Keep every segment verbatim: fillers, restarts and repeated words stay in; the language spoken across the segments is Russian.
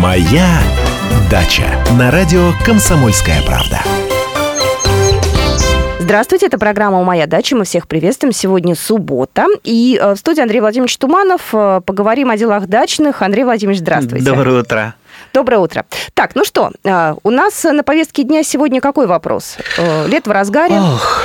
Моя дача на радио «Комсомольская правда». Здравствуйте, это программа «Моя дача». Мы всех приветствуем. Сегодня суббота. И в студии Андрей Владимирович Туманов. Поговорим о делах дачных. Андрей Владимирович, здравствуйте. Доброе утро. Доброе утро. Так, ну что, у нас на повестке дня сегодня какой вопрос? Лето в разгаре. Ох,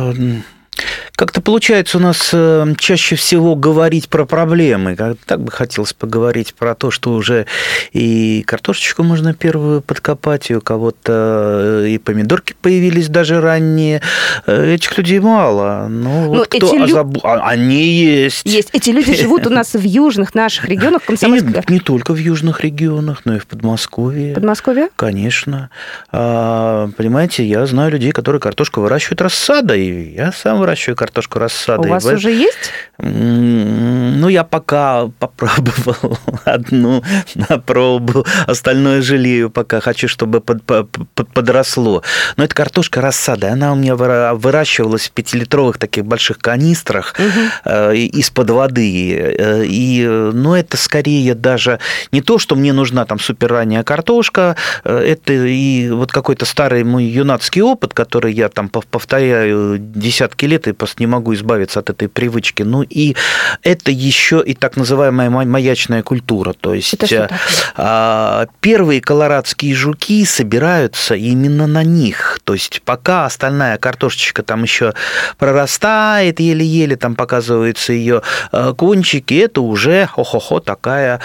как-то получается у нас чаще всего говорить про проблемы. Так бы хотелось поговорить про то, что уже и картошечку можно первую подкопать, и у кого-то и помидорки появились даже ранние. Этих людей мало. Но вот кто эти озаб... лю... Они есть. Есть. Эти люди живут у нас в южных наших регионах. Комсомольская... Не, не только в южных регионах, но и в Подмосковье. Подмосковье? Конечно. А, понимаете, я знаю людей, которые картошку выращивают рассадой. Я сам выращиваю картошку рассадой. У вас уже есть? Ну, я пока попробовал одну на пробу, остальное жалею пока. Хочу, чтобы под, под, подросло. Но эта картошка рассадой, она у меня выращивалась в пятилитровых таких больших канистрах угу. из-под воды. И, ну, это скорее даже не то, что мне нужна там суперранняя картошка, это и вот какой-то старый мой юнацкий опыт, который я там повторяю десятки лет и просто не могу избавиться от этой привычки. Ну и это еще и так называемая маячная культура. То есть первые колорадские жуки собираются именно на них. То есть пока остальная картошечка там еще прорастает, еле-еле там показываются ее кончики, это уже хо-хо-хо такая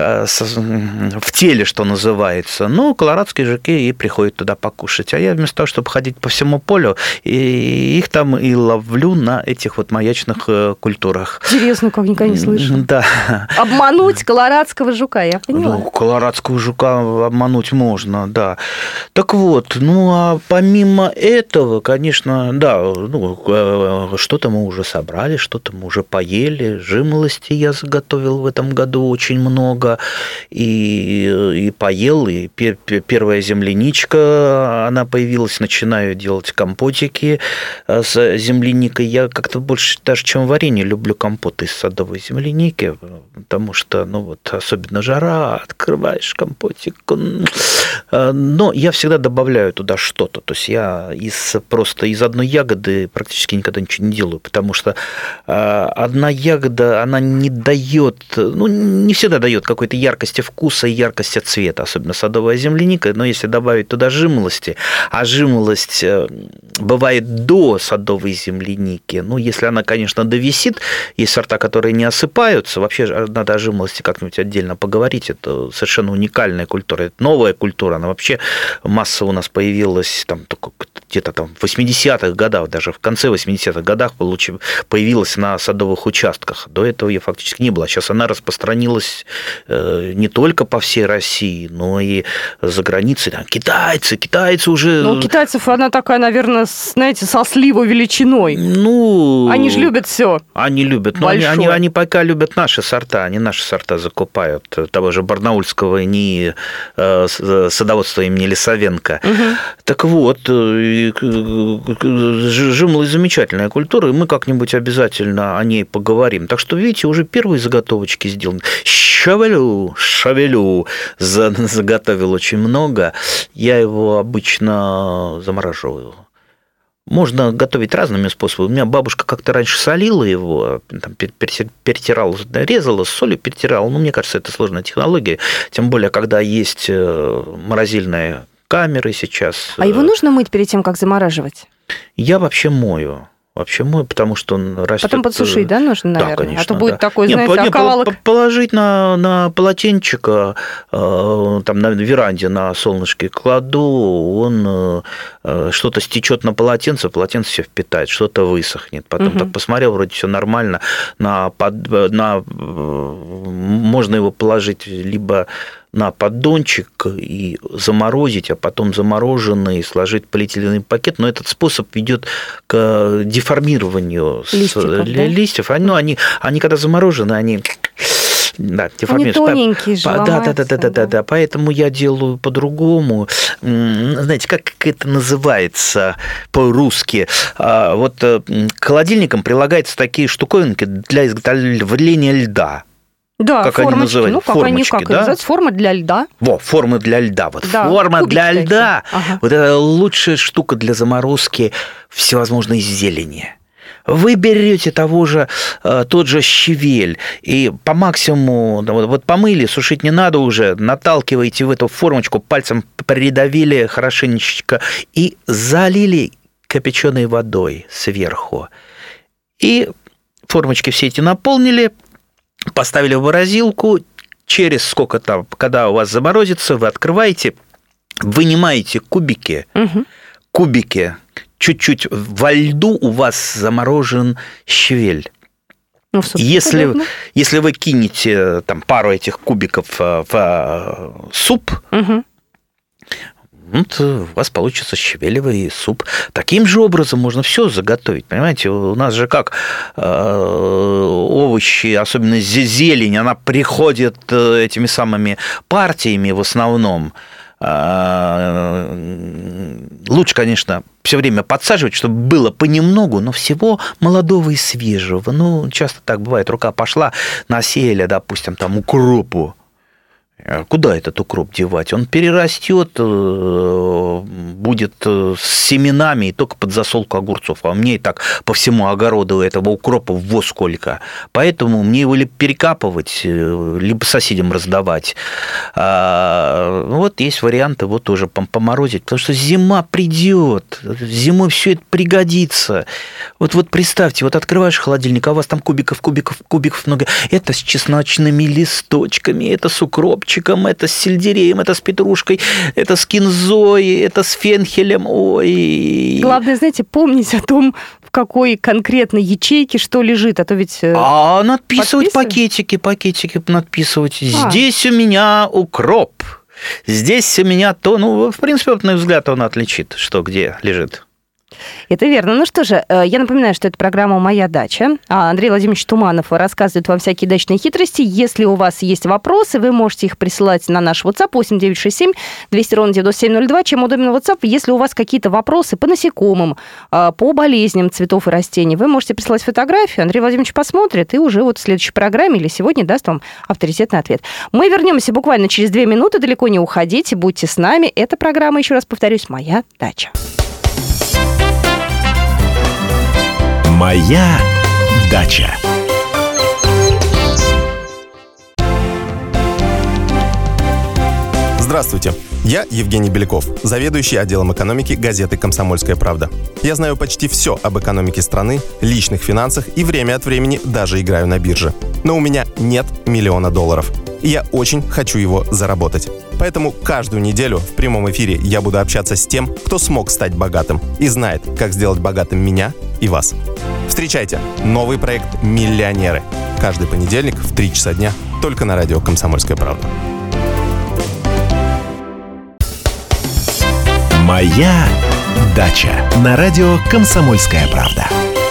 в теле, что называется. Ну, колорадские жуки и приходят туда покушать. А я вместо того, чтобы ходить по всему полю, и их там и ловлю на этих вот маячных культурах. Интересно, как никогда не слышал. Да. Обмануть колорадского жука, я поняла. Ну, колорадского жука обмануть можно, да. Так вот, ну, а помимо этого, конечно, да, ну, что-то мы уже собрали, что-то мы уже поели. Жимолости я заготовил в этом году очень много. И, и поел, и первая земляничка, она появилась, начинаю делать компотики с земляникой. Я как-то больше даже, чем варенье, люблю компоты из садовой земляники, потому что, ну вот, особенно жара, открываешь компотик. Но я всегда добавляю туда что-то. То есть я из, просто из одной ягоды практически никогда ничего не делаю, потому что одна ягода, она не дает, ну, не всегда дает какой-то яркости вкуса и яркости цвета, особенно садовая земляника. Но если добавить туда жимолости, а жимолость бывает до садовой земляники, ну, если она, конечно, довисит, есть сорта, которые не осыпаются, вообще надо о жимолости как-нибудь отдельно поговорить, это совершенно уникальная культура, это новая культура, она вообще массово у нас появилась там, где-то там в восьмидесятых годах, даже в конце восьмидесятых годах появилась на садовых участках, до этого ее фактически не было, сейчас она распространилась не только по всей России, но и за границей, там, китайцы, китайцы уже... Ну, у китайцев она такая, наверное, знаете, со сливу величиной. Ну... Они же любят все. Они любят. Но они, они, они пока любят наши сорта, они наши сорта закупают. Того же барнаульского НИИ садоводства имени Лисовенко. Угу. Так вот, жимолость замечательная культура, и мы как-нибудь обязательно о ней поговорим. Так что, видите, уже первые заготовочки сделаны. Шавелю, шавелю заготовил очень много. Я его обычно замораживаю. Можно готовить разными способами. У меня бабушка как-то раньше солила его, там, перетирала, резала, с солью перетирала. Ну, мне кажется, это сложная технология. Тем более, когда есть морозильные камеры сейчас. А его нужно мыть перед тем, как замораживать? Я вообще мою. Вообще мой, потому что он растет. Потом подсушить, да, нужно, наверное? Да, конечно. А то будет да. такой, не, знаете, не, оковалок. Положить на, на полотенчик, там, на веранде, на солнышке кладу, он что-то стечет на полотенце, полотенце все впитает, что-то высохнет. Потом угу. так посмотрел, вроде все нормально. На, на, можно его положить либо на поддончик и заморозить, а потом замороженный сложить в полиэтиленовый пакет. Но этот способ ведет к деформированию листиков. Да? Листьев. Они, ну, они, они когда заморожены, они... Да, они тоненькие же, да, да, да, да, да, да, да. Поэтому я делаю по-другому. Знаете, как это называется по-русски? Вот к холодильникам прилагаются такие штуковинки для изготовления льда. Да, как формочки. они называют? Ну, как формочки, они, как да? называются? Форма для льда. Во, форма для льда. Вот Да, форма кубики для такие. льда. Ага. Вот это лучшая штука для заморозки всевозможной зелени. Вы берете того же, тот же щавель и по максимуму, вот помыли, сушить не надо уже, наталкиваете в эту формочку, пальцем придавили хорошенечко и залили кипяченой водой сверху. И формочки все эти наполнили, поставили в морозилку, через сколько там, когда у вас заморозится, вы открываете, вынимаете кубики, угу. кубики, чуть-чуть во льду у вас заморожен щавель. Ну, если, если вы кинете там, пару этих кубиков в суп, угу. вот, у вас получится щавелевый суп. Таким же образом можно все заготовить. Понимаете, у нас же как э, овощи, особенно зелень, она приходит этими самыми партиями в основном. Лучше, конечно, все время подсаживать, чтобы было понемногу, но всего молодого и свежего. Ну, часто так бывает, рука пошла, насеяли, допустим, там укропу. Куда этот укроп девать? Он перерастет, будет с семенами и только под засолку огурцов. А мне и так по всему огороду этого укропа во сколько. Поэтому мне его либо перекапывать, либо соседям раздавать. А, вот есть варианты вот тоже поморозить, потому что зима придет, зимой все это пригодится. Вот, вот представьте, вот открываешь холодильник, а у вас там кубиков, кубиков, кубиков много. Это с чесночными листочками, это с укропчиком, это с сельдереем, это с петрушкой, это с кинзой, это с фенхелем. Ой. Главное, знаете, помнить о том, в какой конкретно ячейке что лежит, а то ведь... А надписывать пакетики, пакетики надписывать. А. Здесь у меня укроп, здесь у меня то... Ну, в принципе, вот, на взгляд он отличит, что где лежит. Это верно. Ну что же, я напоминаю, что это программа «Моя дача». Андрей Владимирович Туманов рассказывает вам всякие дачные хитрости. Если у вас есть вопросы, вы можете их присылать на наш WhatsApp восемь девятьсот шестьдесят семь двести ровно девяносто семь ноль два. Чем удобен WhatsApp? Если у вас какие-то вопросы по насекомым, по болезням цветов и растений, вы можете присылать фотографию. Андрей Владимирович посмотрит и уже вот в следующей программе или сегодня даст вам авторитетный ответ. Мы вернемся буквально через две минуты. Далеко не уходите, будьте с нами. Эта программа, еще раз повторюсь, «Моя дача». «Моя дача». Здравствуйте, я Евгений Беляков, заведующий отделом экономики газеты «Комсомольская правда». Я знаю почти все об экономике страны, личных финансах и время от времени даже играю на бирже. Но у меня нет миллиона долларов, и я очень хочу его заработать. Поэтому каждую неделю в прямом эфире я буду общаться с тем, кто смог стать богатым и знает, как сделать богатым меня и вас. Встречайте новый проект «Миллионеры». Каждый понедельник в три часа дня только на радио «Комсомольская правда». «Моя дача» на радио «Комсомольская правда».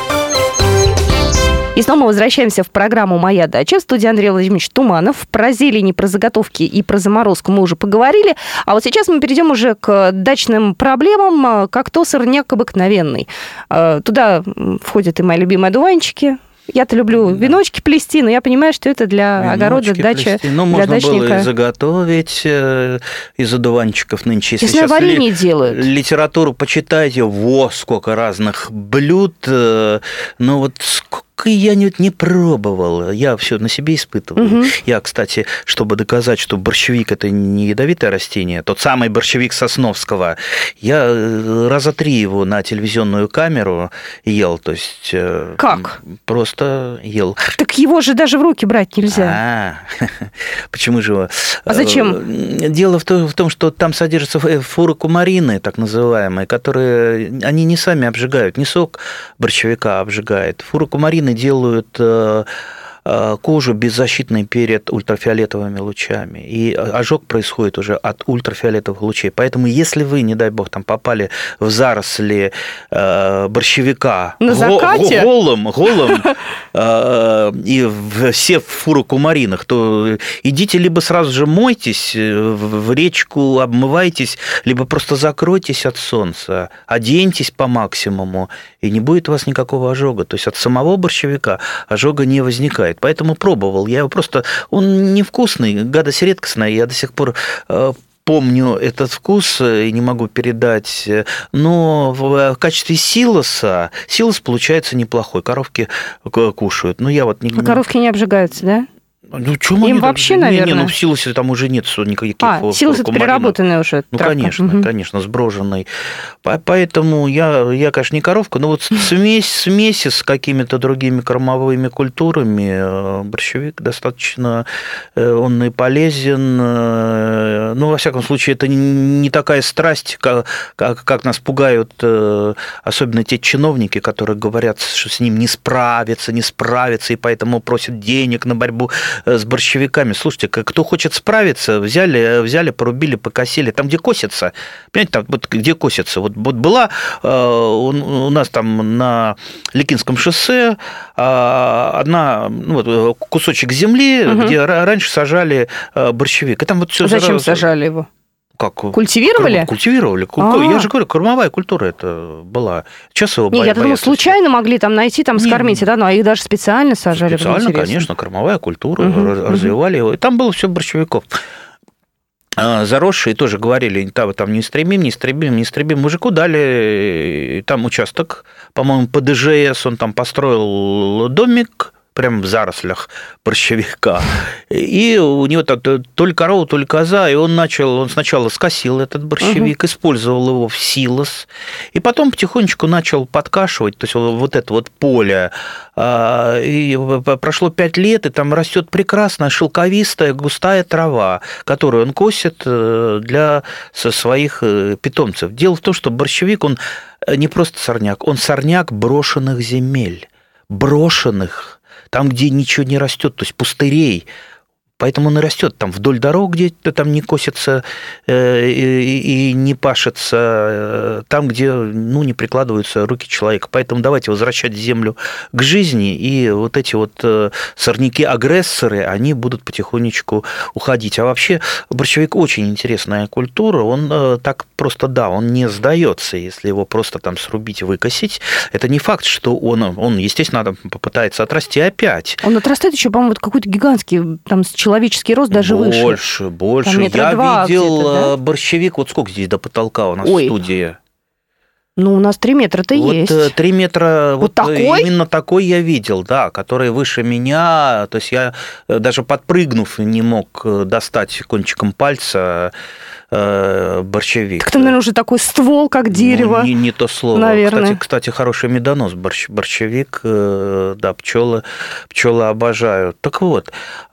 И снова мы возвращаемся в программу «Моя дача». В студии Андрей Владимирович Туманов. Про зелень, про заготовки и про заморозку мы уже поговорили. А вот сейчас мы перейдем уже к дачным проблемам, как то сорняк обыкновенный. Туда входят и мои любимые одуванчики. Я-то люблю да. веночки плести, но я понимаю, что это для веночки огорода, дачи, ну, для можно дачника. Было и заготовить э, из одуванчиков нынче. Если сейчас варенье ли, делают. Литературу почитайте, во, сколько разных блюд. Э, но вот сколько я не, не пробовал. Я все на себе испытываю. Угу. Я, кстати, чтобы доказать, что борщевик – это не ядовитое растение, тот самый борщевик Сосновского, я раза три его на телевизионную камеру ел. То есть, как? Просто ел. Так его же даже в руки брать нельзя. А, почему же? А зачем? Дело в том, в том, что там содержатся фурокумарины, так называемые, которые они не сами обжигают, не сок борщевика обжигает. Фурокумарины делают кожу беззащитной перед ультрафиолетовыми лучами. И ожог происходит уже от ультрафиолетовых лучей. Поэтому, если вы, не дай бог, там попали в заросли борщевика на закате? голым, голым и все в фурокумаринах, то идите либо сразу же мойтесь, в речку обмывайтесь, либо просто закройтесь от солнца, оденьтесь по максимуму, и не будет у вас никакого ожога. То есть от самого борщевика ожога не возникает. получает. Поэтому пробовал. Я его просто... Он невкусный, гадость редкостная. Я до сих пор помню этот вкус и не могу передать. Но в качестве силоса, силос получается неплохой. Коровки кушают. Но я вот не... А коровки не обжигаются, да? Ну, чему Им они, вообще, не, наверное... Не, ну, в силосе там уже нет никаких... А, силос – это переработанная уже Ну, травка. конечно, угу. конечно, сброженный. Поэтому я, я, конечно, не коровка, но вот смесь, смеси с какими-то другими кормовыми культурами борщевик достаточно, он и полезен. Ну, во всяком случае, это не такая страсть, как, как, как нас пугают, особенно те чиновники, которые говорят, что с ним не справиться, не справиться, и поэтому просят денег на борьбу с борщевиками. Слушайте, кто хочет справиться, взяли, взяли, порубили, покосили. Там, где косится, понимаете, там, вот, где косится. Вот, вот была э, у нас там на Ликинском шоссе э, одна, ну, вот, кусочек земли, угу. где раньше сажали э, борщевик. И там вот все Зачем зараза... сажали его? Как? Культивировали? Культивировали. А-а-а. Я же говорю, кормовая культура это была. Сейчас его Нет, я думаю, случайно могли там найти, там скормить, да, ну, а их даже специально сажали. Специально, конечно, кормовая культура, угу, развивали угу. его. И там было все борщевиков. Заросшие тоже говорили, там, там неистребим, неистребим, неистребим. Мужику дали там участок, по-моему, по Дэ Жэ Эс, он там построил домик, прямо в зарослях борщевика. И у него то, то ли корова, то ли коза, и он начал, он сначала скосил этот борщевик, угу. использовал его в силос, и потом потихонечку начал подкашивать, то есть вот это вот поле. И прошло пять лет, и там растет прекрасная шелковистая густая трава, которую он косит для своих питомцев. Дело в том, что борщевик, он не просто сорняк, он сорняк брошенных земель, брошенных, там, где ничего не растет, то есть пустырей. Поэтому он и растет там вдоль дорог, где там не косится э, и, и не пашется, э, там, где ну, не прикладываются руки человека. Поэтому давайте возвращать землю к жизни, и вот эти вот э, сорняки-агрессоры, они будут потихонечку уходить. А вообще борщевик очень интересная культура, он э, так просто, да, он не сдается, если его просто там срубить, выкосить. Это не факт, что он, он естественно, надо попытается отрасти опять. Он отрастает еще, по-моему, вот какой-то гигантский, там, человеческий рост даже больше, выше. Больше, больше. Я видел да? борщевик, вот сколько здесь до потолка у нас Ой. в студии? Ну, у нас три метра-то вот есть. Три метра, вот, вот такой? Именно такой я видел, да, который выше меня. То есть я даже подпрыгнув не мог достать кончиком пальца борщевик. Так там, наверное, уже такой ствол, как дерево. Ну, не, не то слово. Наверное. Кстати, кстати, хороший медонос борщ, борщевик, да, пчелы, пчелы обожают. Так вот,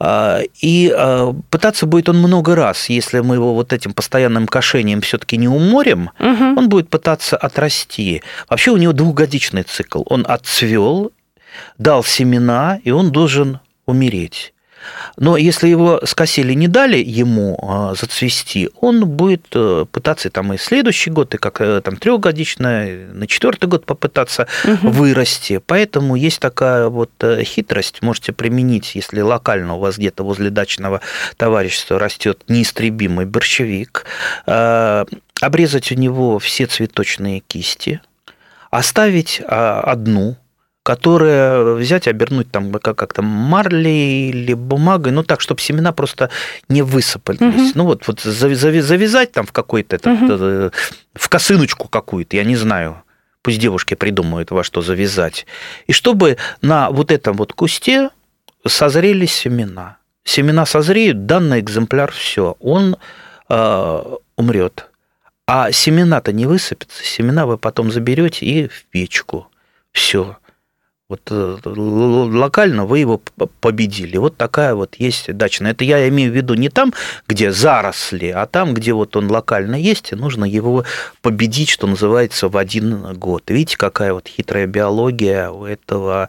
и пытаться будет он много раз, если мы его вот этим постоянным кошением все-таки не уморим, угу. он будет пытаться отрасти. Вообще у него двухгодичный цикл. Он отцвел, дал семена, и он должен умереть. Но если его скосили, не дали ему зацвести, он будет пытаться там и следующий год, и как там трехгодичный, на четвертый год попытаться угу. вырасти. Поэтому есть такая вот хитрость, можете применить, если локально у вас где-то возле дачного товарищества растет неистребимый борщевик, обрезать у него все цветочные кисти, оставить одну, которое взять, обернуть там как-то марлей или бумагой, ну так, чтобы семена просто не высыпались. Угу. Ну вот, вот завязать там в какой-то, угу. в косыночку какую-то, я не знаю, пусть девушки придумают, во что завязать. И чтобы на вот этом вот кусте созрели семена. Семена созреют, данный экземпляр, все, он э, умрет. А семена-то не высыпятся, семена вы потом заберете и в печку. Все. Вот локально вы его победили. Вот такая вот есть дачная. Это я имею в виду не там, где заросли, а там, где вот он локально есть, и нужно его победить, что называется, в один год. Видите, какая вот хитрая биология у этого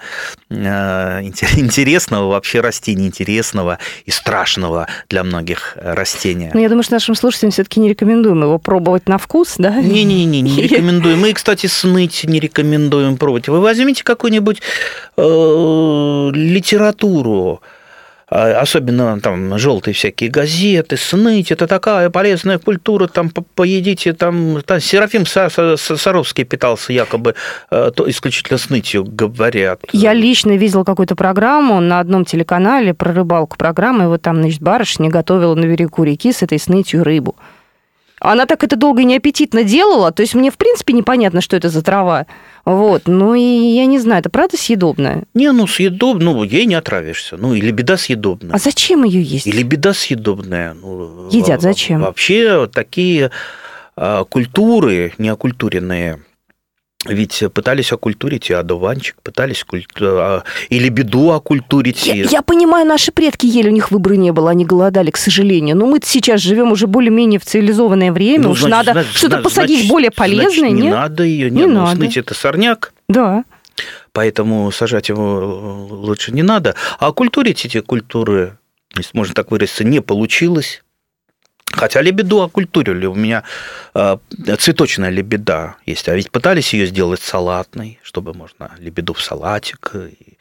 интересного вообще растения, интересного и страшного для многих растения. Ну, я думаю, что нашим слушателям все-таки не рекомендуем его пробовать на вкус, да? Не-не-не, не рекомендуем. Мы, кстати, сныть не рекомендуем пробовать. Вы возьмите какой-нибудь литературу особенно там желтые всякие газеты, сныть, это такая полезная культура, там поедите, там, там Серафим Саровский питался якобы то исключительно снытью, говорят. Я лично видела какую-то программу на одном телеканале про рыбалку программы, и вот там, значит, барышня готовила на берегу реки с этой снытью рыбу. Она так это долго и неаппетитно делала, то есть мне, в принципе, непонятно, что это за трава. Вот, ну и я не знаю, это правда съедобное? Не, ну съедобно, ну ей не отравишься, ну или беда съедобная. А зачем ее есть? Или беда съедобная. Ну, едят, зачем? Вообще такие культуры неокультуренные, ведь пытались окультурить и одуванчик, пытались культу... и лебеду окультурить. Я, я понимаю, наши предки ели, у них выбора не было, они голодали, к сожалению. Но мы-то сейчас живем уже более-менее в цивилизованное время, ну, уж значит, надо значит, что-то значит, посадить значит, более полезное, значит, не нет? надо ее, не, не ну, надо. Сныть это сорняк. Да. Поэтому сажать его лучше не надо. А окультурить эти культуры, если можно так выразиться, не получилось. Хотя лебеду окультурили. У меня э, цветочная лебеда есть. А ведь пытались ее сделать салатной, чтобы можно лебеду в салатик.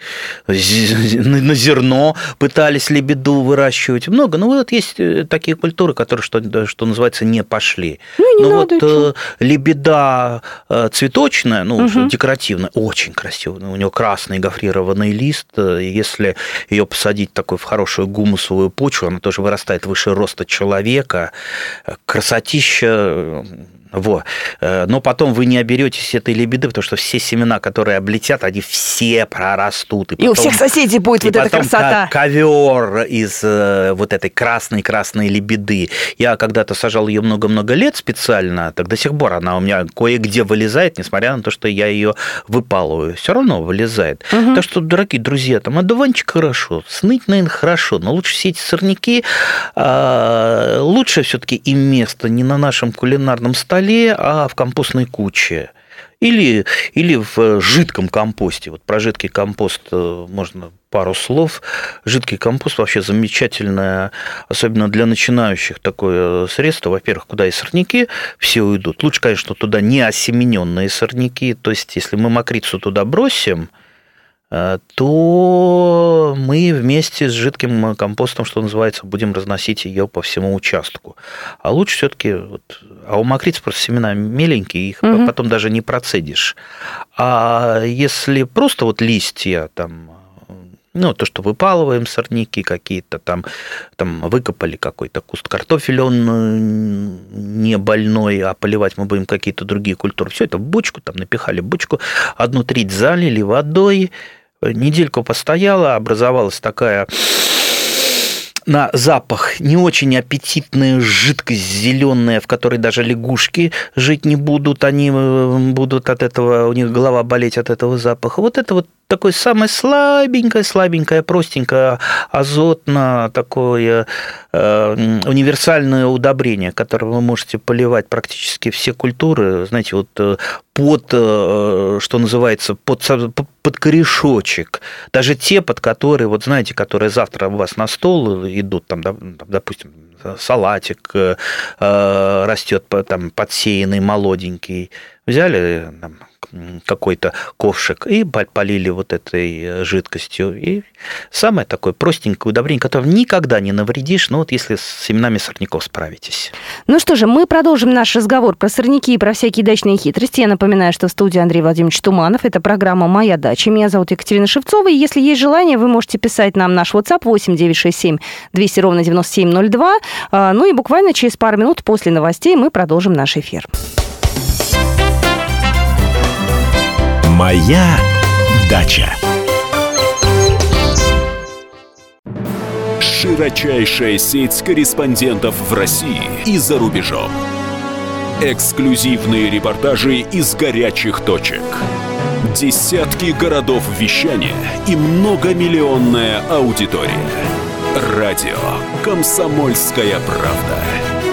На зерно пытались лебеду выращивать. Много. Ну, вот есть такие культуры, которые, что, что называется, не пошли. Ну, не Но надо, вот что? лебеда цветочная, ну, угу. декоративная, очень красивая. У нее красный гофрированный лист. Если ее посадить такой в хорошую гумусовую почву, она тоже вырастает выше роста человека. Красотища, во. Но потом вы не оберетесь этой лебеды, потому что все семена, которые облетят, они все прорастут. И, потом, и у всех соседей будет вот эта красота. Ковер из вот этой красной-красной лебеды. Я когда-то сажал ее много-много лет специально, так до сих пор она у меня кое-где вылезает, несмотря на то, что я ее выпалываю. Все равно вылезает. Угу. Так что, дорогие друзья, там одуванчик хорошо, сныть, наверное, хорошо, но лучше все эти сорняки, лучше все-таки им место не на нашем кулинарном столе, а в компостной куче. Или, или в жидком компосте. Вот про жидкий компост можно пару слов. Жидкий компост вообще замечательное, особенно для начинающих, такое средство. Во-первых, куда и сорняки все уйдут. Лучше, конечно, туда не осемененные сорняки. То есть, если мы мокрицу туда бросим, то мы вместе с жидким компостом, что называется, будем разносить ее по всему участку. А лучше все-таки, вот, а у мокриц просто семена меленькие, их угу. потом даже не процедишь. А если просто вот листья там, ну, то, что выпалываем, сорняки какие-то, там, там выкопали какой-то куст картофеля, он не больной, а поливать мы будем какие-то другие культуры. Все это в бочку, там напихали в бочку, одну треть залили водой, недельку постояла, образовалась такая на запах не очень аппетитная жидкость зеленая, в которой даже лягушки жить не будут, они будут от этого, у них голова болеть от этого запаха. Вот это вот такое самое слабенькое, слабенькое, простенькое, азотно, такое э, универсальное удобрение, которое вы можете поливать практически все культуры, знаете, вот под, э, что называется, под, под корешочек. Даже те, под которые, вот знаете, которые завтра у вас на стол идут, там, допустим, салатик э, растет там подсеянный, молоденький. Взяли там какой-то ковшик и полили вот этой жидкостью. И самое такое простенькое удобрение, которое никогда не навредишь, ну вот если с семенами сорняков справитесь. Ну что же, мы продолжим наш разговор про сорняки и про всякие дачные хитрости. Я напоминаю, что в студии Андрей Владимирович Туманов. Это программа «Моя дача». Меня зовут Екатерина Шевцова. И если есть желание, вы можете писать нам наш WhatsApp восемь девятьсот шестьдесят семь двести ровно девяносто семь ноль два. Ну и буквально через пару минут после новостей мы продолжим наш эфир. «Моя дача». Широчайшая сеть корреспондентов в России и за рубежом. Эксклюзивные репортажи из горячих точек. Десятки городов вещания и многомиллионная аудитория. Радио «Комсомольская правда».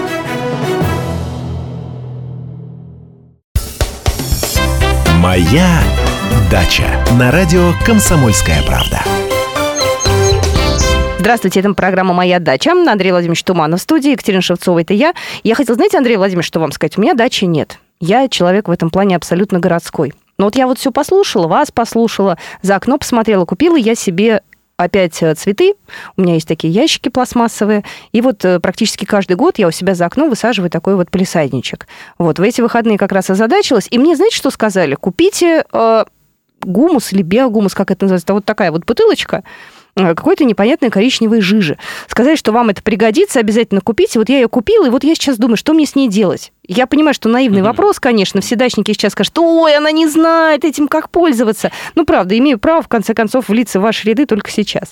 «Моя дача» на радио «Комсомольская правда». Здравствуйте, это программа «Моя дача». Андрей Владимирович Туманов в студии, Екатерина Шевцова, это я. Я хотела, знаете, Андрей Владимирович, что вам сказать? У меня дачи нет. Я человек в этом плане абсолютно городской. Но вот я вот все послушала, вас послушала, за окно посмотрела, купила я себе опять цветы. У меня есть такие ящики пластмассовые. И вот практически каждый год я у себя за окном высаживаю такой вот палисадничек. Вот в эти выходные как раз озадачилась. И мне, знаете, что сказали? Купите э, гумус или биогумус, как это называется. Это вот такая вот бутылочка какой-то непонятной коричневой жижи. Сказали, что вам это пригодится, обязательно купите. Вот я ее купила, и вот я сейчас думаю, что мне с ней делать? Я понимаю, что наивный mm-hmm. вопрос, конечно. Все дачники сейчас скажут, ой, она не знает этим, как пользоваться. Ну, правда, имею право, в конце концов, влиться в ваши ряды только сейчас.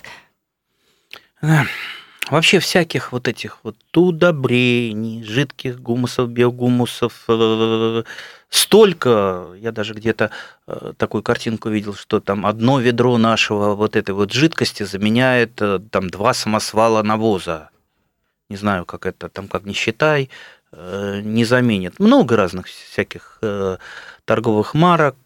Вообще всяких вот этих вот удобрений, жидких гумусов, биогумусов столько, я даже где-то такую картинку видел, что там одно ведро нашего вот этой вот жидкости заменяет там два самосвала навоза. Не знаю, как это, там как ни считай, не заменит. Много разных всяких торговых марок,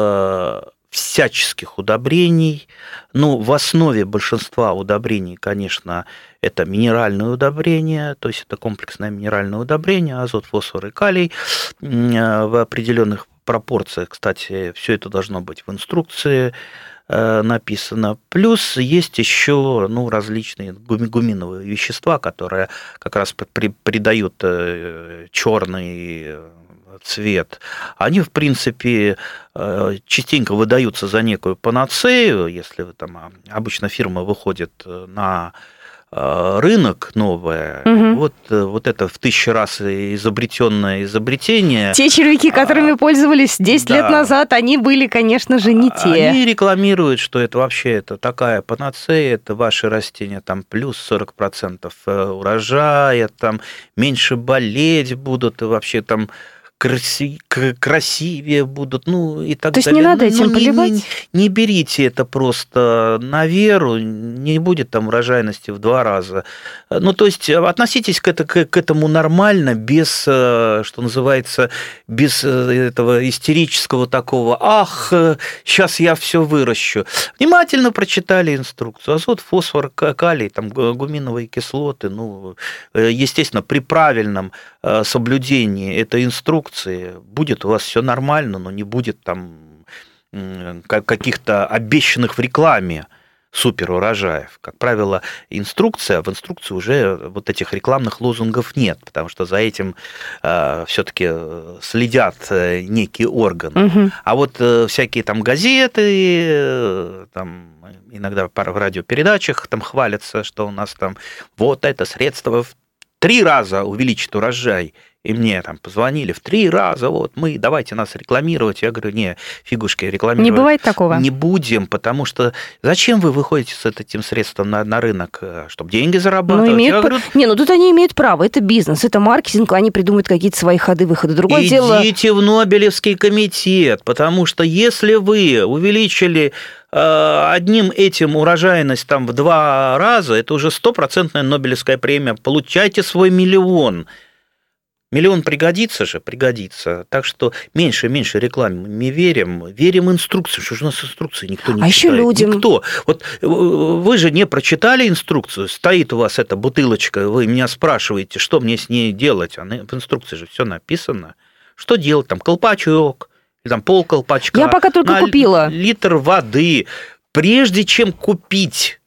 всяческих удобрений. Ну, в основе большинства удобрений, конечно, это минеральные удобрения, то есть это комплексное минеральное удобрение, азот, фосфор и калий в определенных пропорциях. Кстати, все это должно быть в инструкции написано. Плюс есть еще ну, различные гуминовые вещества, которые как раз придают черный цвет. Они, в принципе, частенько выдаются за некую панацею, если там обычно фирма выходит на рынок новое, угу. вот, вот это в тысячу раз изобретенное изобретение. Те червяки, которыми а, пользовались десять да. лет назад, они были, конечно же, не те. Они рекламируют, что это вообще это такая панацея, это ваши растения там плюс сорок процентов урожая, там меньше болеть будут, и вообще там красивее будут, ну и так То есть далее. не надо этим ну, поливать? Не, не, не берите это просто на веру, не будет там урожайности в два раза. Ну, то есть относитесь к, это, к этому нормально, без, что называется, без этого истерического такого, ах, сейчас я все выращу. Внимательно прочитали инструкцию. Азот, фосфор, калий, там, гуминовые кислоты, ну, естественно, при правильном соблюдении этой инструкции будет у вас все нормально, но не будет там каких-то обещанных в рекламе супер урожаев. Как правило, инструкция, в инструкции уже вот этих рекламных лозунгов нет, потому что за этим э, все-таки следят некие органы. Угу. А вот э, всякие там газеты, э, там иногда в радиопередачах там хвалятся, что у нас там вот это средство в три раза увеличит урожай. И мне там позвонили в три раза, вот мы, давайте нас рекламировать. Я говорю, не, фигушки, рекламировать не бывает такого. Не будем, потому что зачем вы выходите с этим средством на, на рынок, чтобы деньги зарабатывать? Ну, имеют Я п... говорю, не, ну тут они имеют право, это бизнес, это маркетинг, они придумают какие-то свои ходы-выходы. Другое идите дело... Идите в Нобелевский комитет, потому что если вы увеличили одним этим урожайность там в два раза, это уже стопроцентная Нобелевская премия, получайте свой миллион. Миллион пригодится же, пригодится. Так что меньше и меньше рекламы мы верим. Верим инструкции. Что же у нас инструкции никто не а читает? А еще людям... Никто. Вот вы же не прочитали инструкцию. Стоит у вас эта бутылочка, вы меня спрашиваете, что мне с ней делать. А в инструкции же все написано. Что делать? Там колпачок, или там полколпачка. Я пока только на купила. Литр воды. Прежде чем купить,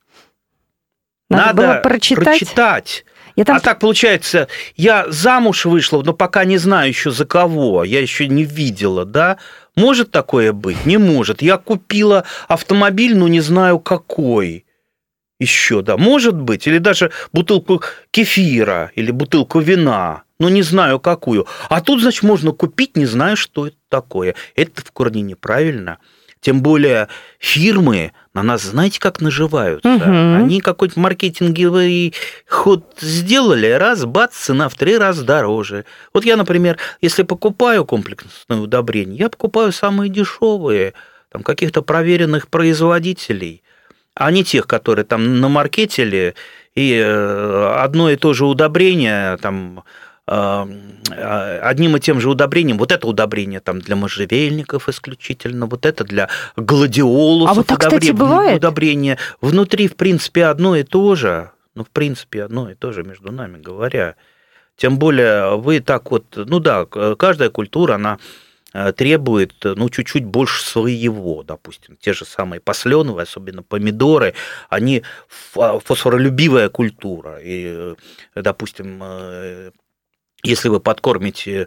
надо, надо было прочитать. прочитать. Я там... А так получается, я замуж вышла, но пока не знаю еще за кого, я еще не видела, да? Может такое быть? Не может. Я купила автомобиль, но не знаю какой еще, да? Может быть. Или даже бутылку кефира или бутылку вина, но не знаю какую. А тут, значит, можно купить, не знаю, что это такое. Это в корне неправильно. Тем более фирмы на нас, знаете, как наживаются? Угу. Они какой-то маркетинговый ход сделали, раз, бац, цена в три раза дороже. Вот я, например, если покупаю комплексное удобрение, я покупаю самые дешевые, там, каких-то проверенных производителей, а не тех, которые там намаркетили, и одно и то же удобрение там... одним и тем же удобрением. Вот это удобрение там для можжевельников исключительно, вот это для гладиолусов. А вот так, удобрение, кстати, бывает? Удобрение. Внутри, в принципе, одно и то же. Ну, в принципе, одно и то же, между нами говоря. Тем более, вы так вот... Ну да, каждая культура, она требует, ну, чуть-чуть больше своего, допустим. Те же самые посленовые, особенно помидоры, они фосфоролюбивая культура. И, допустим, если вы подкормите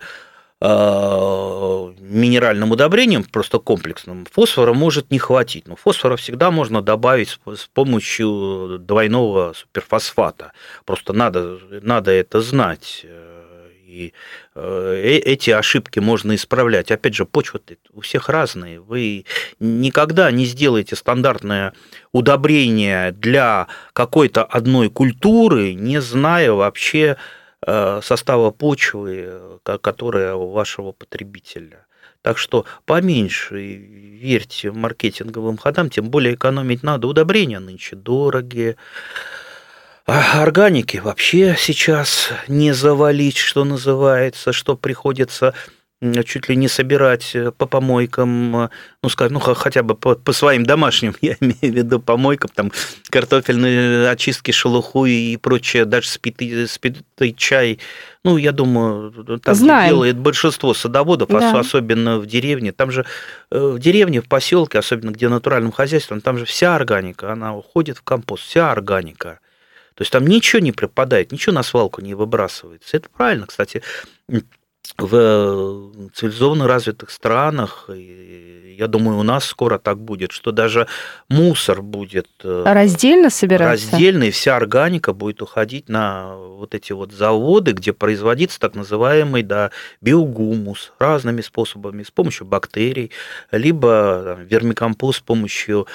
минеральным удобрением, просто комплексным, фосфора может не хватить. Но фосфора всегда можно добавить с помощью двойного суперфосфата. Просто надо, надо это знать. И эти ошибки можно исправлять. Опять же, почва у всех разные. Вы никогда не сделаете стандартное удобрение для какой-то одной культуры, не зная вообще состава почвы, которая у вашего потребителя. Так что поменьше верьте маркетинговым ходам, тем более экономить надо. Удобрения нынче дорогие. А органики вообще сейчас не завалить, что называется, что приходится чуть ли не собирать по помойкам, ну, скажем, ну, хотя бы по, по своим домашним, я имею в виду помойкам, там, картофельные очистки, шелуху и прочее, даже спитый, спитый чай, ну, я думаю, там, где делает большинство садоводов, да. Особенно в деревне, там же в деревне, в поселке, особенно где натуральным хозяйством, там же вся органика, она уходит в компост, вся органика. То есть там ничего не пропадает, ничего на свалку не выбрасывается. Это правильно, кстати, в цивилизованно развитых странах, я думаю, у нас скоро так будет, что даже мусор будет раздельно собираться. Раздельно, и вся органика будет уходить на вот эти вот заводы, где производится так называемый, да, биогумус разными способами, с помощью бактерий, либо там, вермикомпост с помощью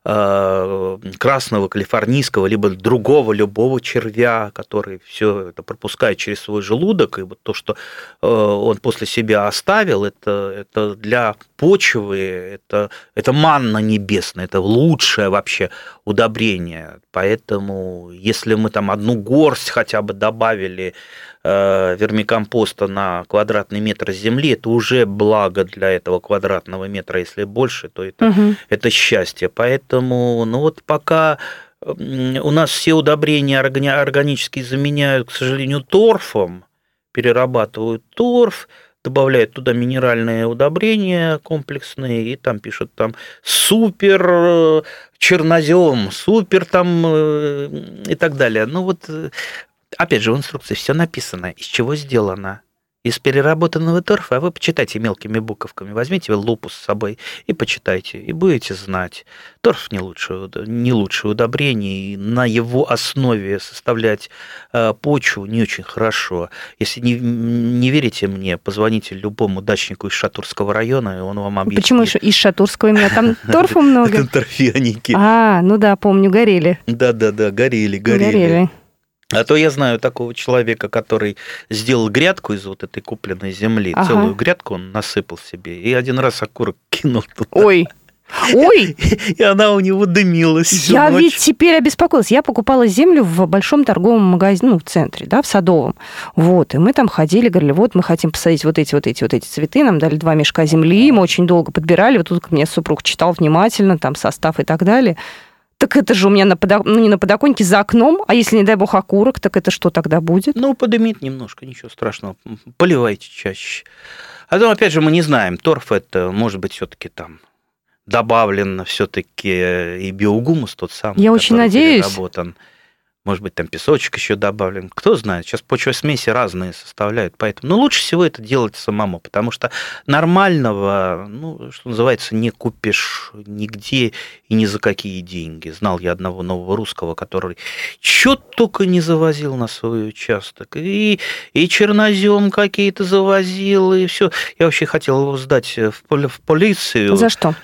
красного калифорнийского, либо другого любого червя, который все это пропускает через свой желудок, и вот то, что он после себя оставил, это, это для почвы, это, это манна небесная, это лучшее вообще удобрение. Поэтому, если мы там одну горсть хотя бы добавили вермикомпоста на квадратный метр земли, это уже благо для этого квадратного метра. Если больше, то это, угу. это счастье. Поэтому, ну вот пока у нас все удобрения органические заменяют, к сожалению, торфом, перерабатывают торф, добавляют туда минеральные удобрения комплексные, и там пишут там супер чернозем, супер там и так далее. Ну вот... Опять же, в инструкции все написано, из чего сделано. Из переработанного торфа, а вы почитайте мелкими буковками, возьмите лупу с собой и почитайте, и будете знать. Торф не лучшее, не лучшее удобрение, и на его основе составлять почву не очень хорошо. Если не, не верите мне, позвоните любому дачнику из Шатурского района, и он вам объяснит. Почему из Шатурского именно? Там торфа много? Это торфяники. А, ну да, помню, горели. Да-да-да, горели, горели. Горели. А то я знаю такого человека, который сделал грядку из вот этой купленной земли, ага. целую грядку он насыпал себе, и один раз окурок кинул туда. Ой, ой! И она у него дымилась всю Я ночь. ведь теперь обеспокоилась. Я покупала землю в большом торговом магазине, ну, в центре, да, в Садовом. Вот, и мы там ходили, говорили, вот мы хотим посадить вот эти, вот эти, вот эти цветы, нам дали два мешка земли, мы очень долго подбирали, вот тут мне супруг читал внимательно, там, состав и так далее. Так это же у меня на подок... ну, не на подоконнике, за окном, а если, не дай бог, окурок, так это что тогда будет? Ну, подымит немножко, ничего страшного, поливайте чаще. А то, опять же, мы не знаем, торф это, может быть, все-таки там добавлен все-таки и биогумус тот самый, Я очень надеюсь. Переработан. Может быть, там песочек еще добавлен. Кто знает, сейчас почвосмеси разные составляют. Поэтому, ну, лучше всего это делать самому, потому что нормального, ну, что называется, не купишь нигде и ни за какие деньги. Знал я одного нового русского, который что только не завозил на свой участок. И, и чернозем какие-то завозил, и все. Я вообще хотел его сдать в, в полицию. За что?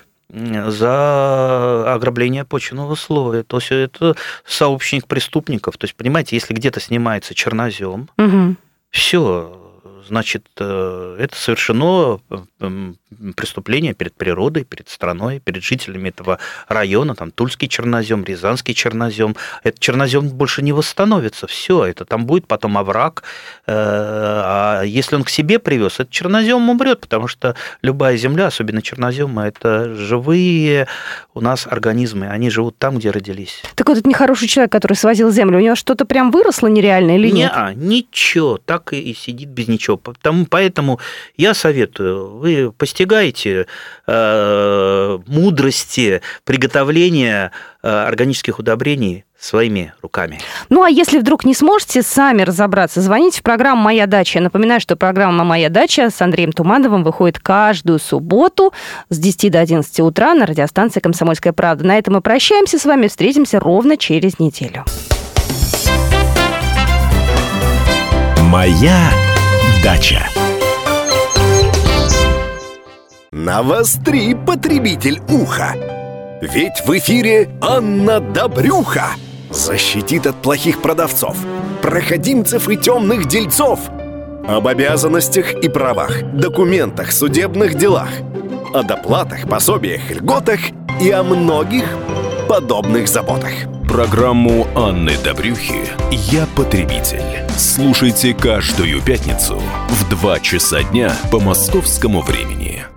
За ограбление почвенного слоя. То есть это сообщник преступников. То есть, понимаете, если где-то снимается чернозем, угу. все, значит, это совершено преступление перед природой, перед страной, перед жителями этого района, там тульский чернозем, рязанский чернозем. Этот чернозем больше не восстановится. Все, это там будет потом овраг. А если он к себе привез, этот чернозем умрет, потому что любая земля, особенно черноземы, это живые у нас организмы, они живут там, где родились. Так вот, этот нехороший человек, который свозил землю, у него что-то прям выросло нереально или нет? Не-а, ничего, так и сидит без ничего. ничего. Потому, поэтому я советую, вы постигаете э, мудрости приготовления э, органических удобрений своими руками. Ну, а если вдруг не сможете сами разобраться, звоните в программу «Моя дача». Я напоминаю, что программа «Моя дача» с Андреем Тумановым выходит каждую субботу с десяти до одиннадцати утра на радиостанции «Комсомольская правда». На этом мы прощаемся с вами. Встретимся ровно через неделю. «Моя дача». Навостри, потребитель, уха. Ведь в эфире Анна Добрюха защитит от плохих продавцов, проходимцев и темных дельцов. Об обязанностях и правах, документах, судебных делах, о доплатах, пособиях, льготах и о многих подобных заботах. Программу Анны Добрюхи «Я потребитель». Слушайте каждую пятницу в два часа дня по московскому времени.